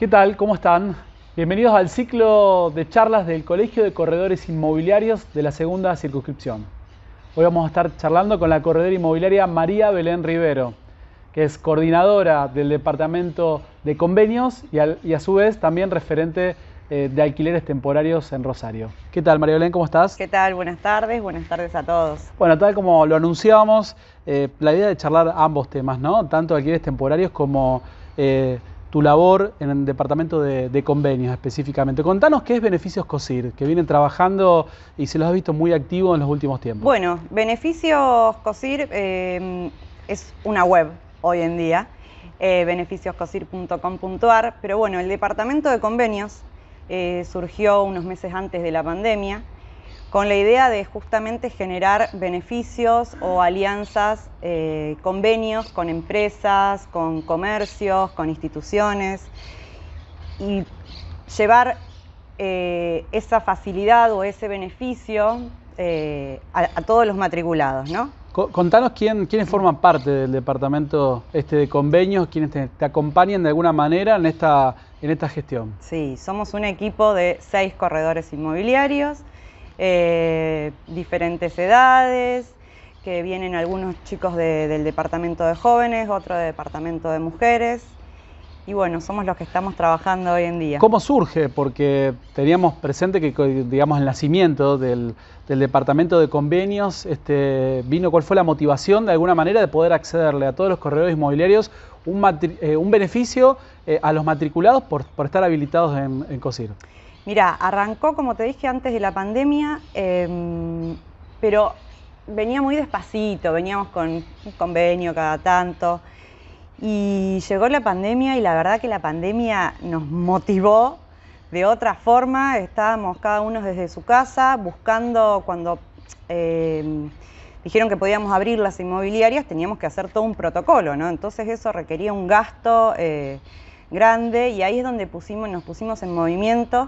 ¿Qué tal? ¿Cómo están? Bienvenidos al ciclo de charlas del Colegio de Corredores Inmobiliarios de la segunda circunscripción. Hoy vamos a estar charlando con la corredora inmobiliaria María Belén Rivero, que es coordinadora del departamento de convenios y a su vez también referente de alquileres temporarios en Rosario. ¿Qué tal, María Belén? ¿Cómo estás? ¿Qué tal? Buenas tardes a todos. Bueno, tal como lo anunciábamos, la idea de charlar ambos temas, ¿no? Tanto alquileres temporarios como tu labor en el departamento de convenios específicamente. Contanos qué es Beneficios COSIR, que vienen trabajando y se los ha visto muy activos en los últimos tiempos. Bueno, Beneficios COSIR es una web hoy en día, beneficioscosir.com.ar, pero bueno, el departamento de convenios surgió unos meses antes de la pandemia con la idea de justamente generar beneficios o alianzas, convenios con empresas, con comercios, con instituciones y llevar esa facilidad o ese beneficio a todos los matriculados, ¿no? Contanos quiénes forman parte del departamento de convenios, quiénes te acompañan de alguna manera en esta gestión. Sí, somos un equipo de 6 corredores inmobiliarios, diferentes edades, que vienen algunos chicos del departamento de jóvenes, otro del departamento de mujeres. Y bueno, somos los que estamos trabajando hoy en día. ¿Cómo surge? Porque teníamos presente que, digamos, el nacimiento del departamento de convenios ¿cuál fue la motivación de alguna manera de poder accederle a todos los corredores inmobiliarios un beneficio a los matriculados por estar habilitados en COSIR? Mira, arrancó, como te dije, antes de la pandemia, pero venía muy despacito, veníamos con un convenio cada tanto. Y llegó la pandemia y la verdad que la pandemia nos motivó de otra forma. Estábamos cada uno desde su casa buscando, cuando dijeron que podíamos abrir las inmobiliarias, teníamos que hacer todo un protocolo, ¿no? Entonces eso requería un gasto grande y ahí es donde nos pusimos en movimiento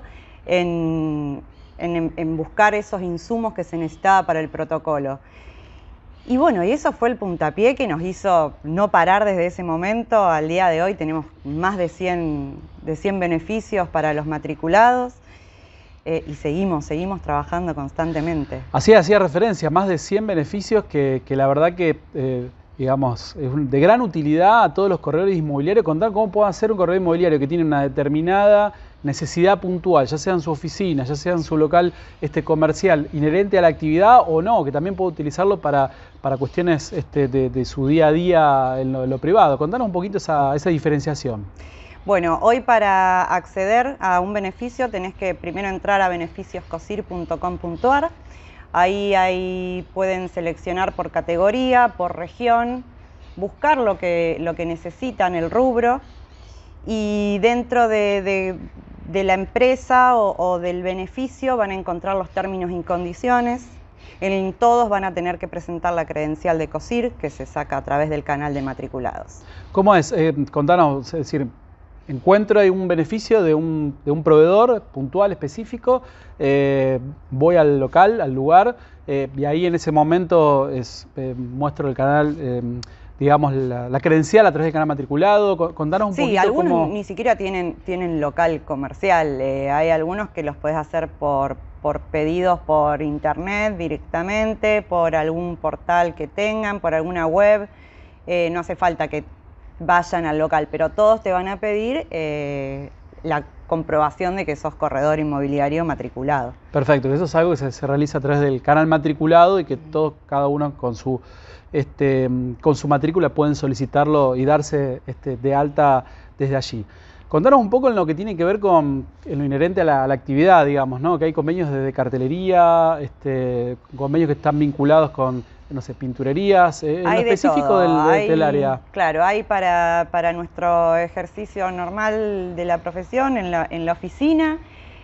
en buscar esos insumos que se necesitaba para el protocolo. Y bueno, y eso fue el puntapié que nos hizo no parar desde ese momento. Al día de hoy tenemos más de 100 beneficios para los matriculados y seguimos trabajando constantemente. Así hacía referencia, más de 100 beneficios que la verdad que, digamos, es de gran utilidad a todos los corredores inmobiliarios. Contar cómo puede hacer un corredor inmobiliario que tiene una determinada necesidad puntual, ya sea en su oficina, ya sea en su local comercial, inherente a la actividad o no, que también puede utilizarlo para cuestiones de su día a día en lo privado. Contanos un poquito esa diferenciación. Bueno, hoy para acceder a un beneficio tenés que primero entrar a beneficioscosir.com.ar. Ahí pueden seleccionar por categoría, por región, buscar lo que necesitan, el rubro, y dentro de la empresa o del beneficio van a encontrar los términos y condiciones. En todos van a tener que presentar la credencial de COSIR, que se saca a través del canal de matriculados. ¿Cómo es? Contanos, es decir, encuentro ahí un beneficio de un proveedor puntual, específico, voy al local, al lugar, y ahí en ese momento muestro el canal, digamos, la credencial a través del canal matriculado. Contanos un poquito. Sí, algunos ni siquiera tienen local comercial. Hay algunos que los puedes hacer por pedidos por internet directamente, por algún portal que tengan, por alguna web. No hace falta que vayan al local, pero todos te van a pedir la comprobación de que sos corredor inmobiliario matriculado. Perfecto, eso es algo que se realiza a través del canal matriculado y que cada uno con su matrícula pueden solicitarlo y darse de alta desde allí. Contanos un poco en lo que tiene que ver en lo inherente a la actividad, digamos, ¿no? Que hay convenios desde cartelería, convenios que están vinculados con, no sé, pinturerías, en lo específico del área. Claro, hay para nuestro ejercicio normal de la profesión en la oficina.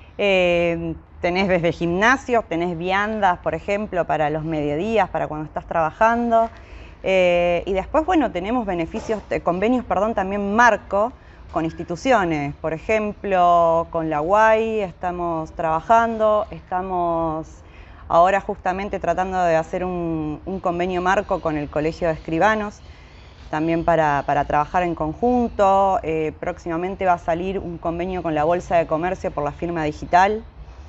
Tenés desde gimnasios, tenés viandas, por ejemplo, para los mediodías, para cuando estás trabajando. Y después, bueno, tenemos convenios también marco con instituciones. Por ejemplo, con la UAI estamos trabajando, estamos ahora justamente tratando de hacer un convenio marco con el Colegio de Escribanos, también para trabajar en conjunto. Próximamente va a salir un convenio con la Bolsa de Comercio por la firma digital.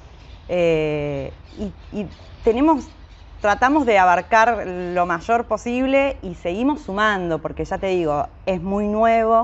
Y tratamos de abarcar lo mayor posible y seguimos sumando, porque ya te digo, es muy nuevo.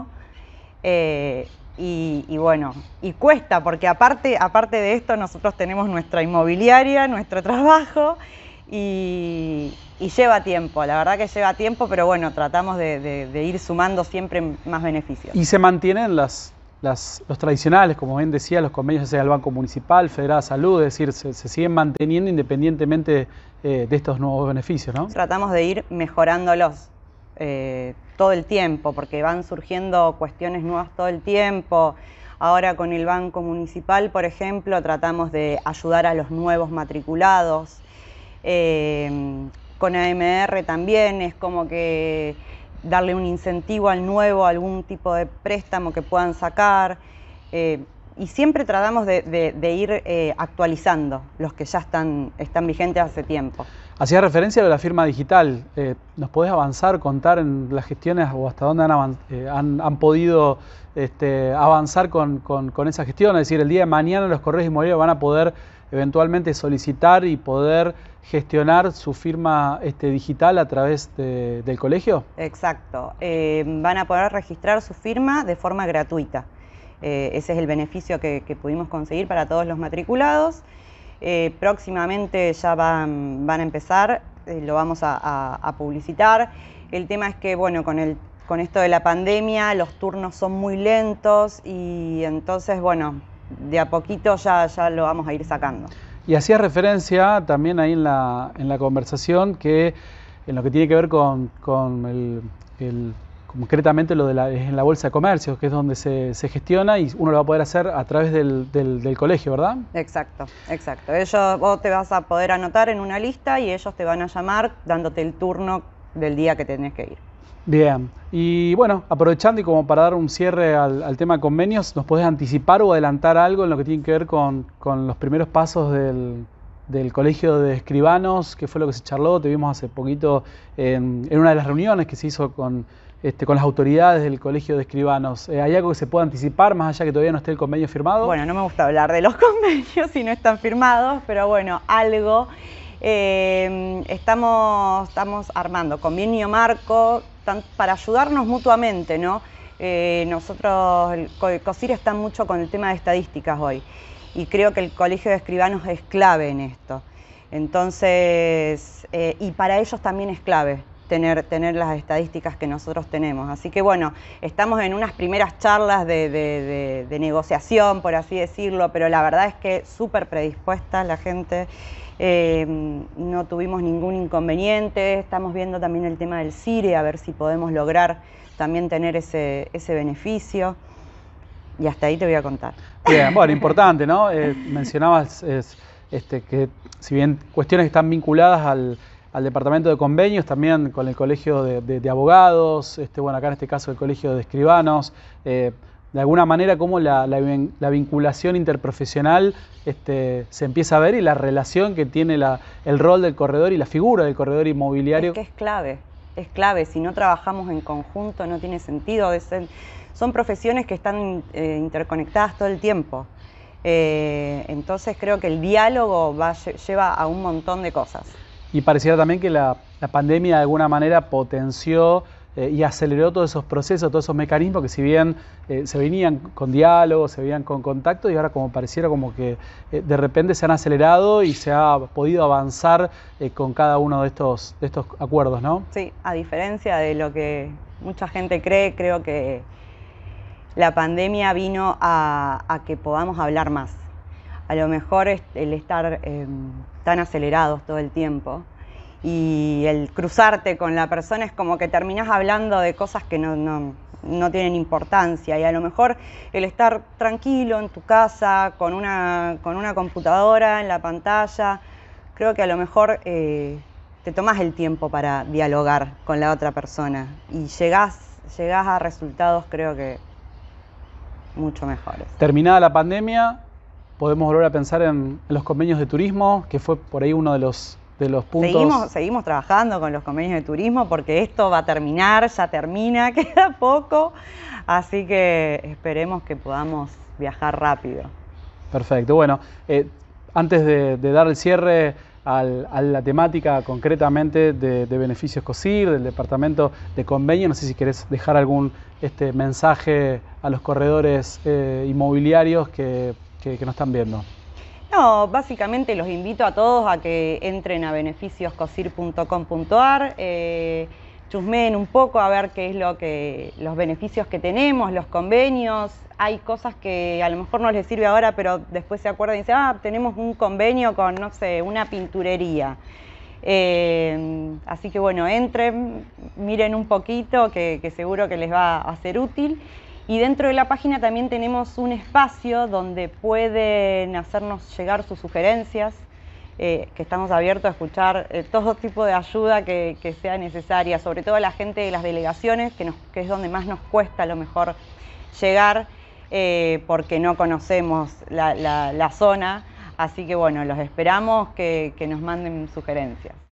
Y bueno, y cuesta, porque aparte de esto nosotros tenemos nuestra inmobiliaria, nuestro trabajo, y lleva tiempo, la verdad que lleva tiempo, pero bueno, tratamos de ir sumando siempre más beneficios. Y se mantienen los tradicionales, como bien decía, los convenios, ya sea el Banco Municipal, Federal Salud, es decir, se siguen manteniendo independientemente de estos nuevos beneficios, ¿no? Tratamos de ir mejorándolos todo el tiempo, porque van surgiendo cuestiones nuevas todo el tiempo. Ahora con el Banco Municipal, por ejemplo, tratamos de ayudar a los nuevos matriculados. Con AMR también es como que darle un incentivo al nuevo, algún tipo de préstamo que puedan sacar. Y siempre tratamos de ir actualizando los que ya están vigentes hace tiempo. Hacía referencia a la firma digital. ¿Nos podés avanzar, contar en las gestiones o hasta dónde han podido avanzar con esa gestión? Es decir, el día de mañana los correos inmobiliarios van a poder eventualmente solicitar y poder gestionar su firma digital a través del colegio. Exacto. Van a poder registrar su firma de forma gratuita. Ese es el beneficio que pudimos conseguir para todos los matriculados. Próximamente ya van a empezar, lo vamos a publicitar. El tema es que, bueno, con esto de la pandemia los turnos son muy lentos y entonces, bueno, de a poquito ya lo vamos a ir sacando. Y hacía referencia también ahí en la conversación que en lo que tiene que ver con concretamente lo en la Bolsa de Comercio, que es donde se gestiona y uno lo va a poder hacer a través del colegio, ¿verdad? Exacto, exacto. Vos te vas a poder anotar en una lista y ellos te van a llamar dándote el turno del día que tenés que ir. Bien, y bueno, aprovechando y como para dar un cierre al tema de convenios, ¿nos podés anticipar o adelantar algo en lo que tiene que ver con los primeros pasos del Colegio de Escribanos? ¿Qué fue lo que se charló? Te vimos hace poquito en una de las reuniones que se hizo con las autoridades del Colegio de Escribanos. ¿Hay algo que se pueda anticipar, más allá que todavía no esté el convenio firmado? Bueno, no me gusta hablar de los convenios si no están firmados, pero bueno, algo. Estamos armando convenio marco para ayudarnos mutuamente, ¿no? Nosotros, el COSIR está mucho con el tema de estadísticas hoy y creo que el Colegio de Escribanos es clave en esto. Entonces, y para ellos también es clave tener las estadísticas que nosotros tenemos. Así que bueno, estamos en unas primeras charlas de negociación, por así decirlo, pero la verdad es que súper predispuesta la gente. No tuvimos ningún inconveniente. Estamos viendo también el tema del CIRE, a ver si podemos lograr también tener ese beneficio. Y hasta ahí te voy a contar. Bien, bueno, importante, ¿no? Mencionabas que si bien cuestiones que están vinculadas al departamento de convenios, también con el colegio de abogados, bueno, acá en este caso el colegio de escribanos, de alguna manera cómo la vinculación interprofesional se empieza a ver y la relación que tiene el rol del corredor y la figura del corredor inmobiliario. Es que es clave, si no trabajamos en conjunto no tiene sentido. Son profesiones que están interconectadas todo el tiempo. Entonces creo que el diálogo lleva a un montón de cosas. Y pareciera también que la pandemia de alguna manera potenció y aceleró todos esos procesos, todos esos mecanismos que si bien se venían con diálogo, se venían con contacto y ahora como pareciera como que de repente se han acelerado y se ha podido avanzar con cada uno de estos acuerdos, ¿no? Sí, a diferencia de lo que mucha gente cree, creo que la pandemia vino a que podamos hablar más. A lo mejor el estar tan acelerados todo el tiempo y el cruzarte con la persona es como que terminás hablando de cosas que no tienen importancia, y a lo mejor el estar tranquilo en tu casa con una computadora en la pantalla, creo que a lo mejor te tomás el tiempo para dialogar con la otra persona y llegás a resultados, creo que mucho mejores. Terminada la pandemia, podemos volver a pensar en los convenios de turismo, que fue por ahí uno de los de los puntos. Seguimos trabajando con los convenios de turismo porque esto va a terminar, ya termina, queda poco, así que esperemos que podamos viajar rápido. Perfecto. Bueno, antes de dar el cierre a la temática concretamente de beneficios COSIR, del departamento de convenio, no sé si querés dejar algún mensaje a los corredores inmobiliarios que nos están viendo. No, básicamente los invito a todos a que entren a beneficioscosir.com.ar, chusmeen un poco a ver qué es los beneficios que tenemos, los convenios. Hay cosas que a lo mejor no les sirve ahora, pero después se acuerdan y dicen, tenemos un convenio con, no sé, una pinturería. Así que bueno, entren, miren un poquito, que seguro que les va a ser útil. Y dentro de la página también tenemos un espacio donde pueden hacernos llegar sus sugerencias, que estamos abiertos a escuchar todo tipo de ayuda que sea necesaria, sobre todo a la gente de las delegaciones, que es donde más nos cuesta a lo mejor llegar, porque no conocemos la zona. Así que bueno, los esperamos que nos manden sugerencias.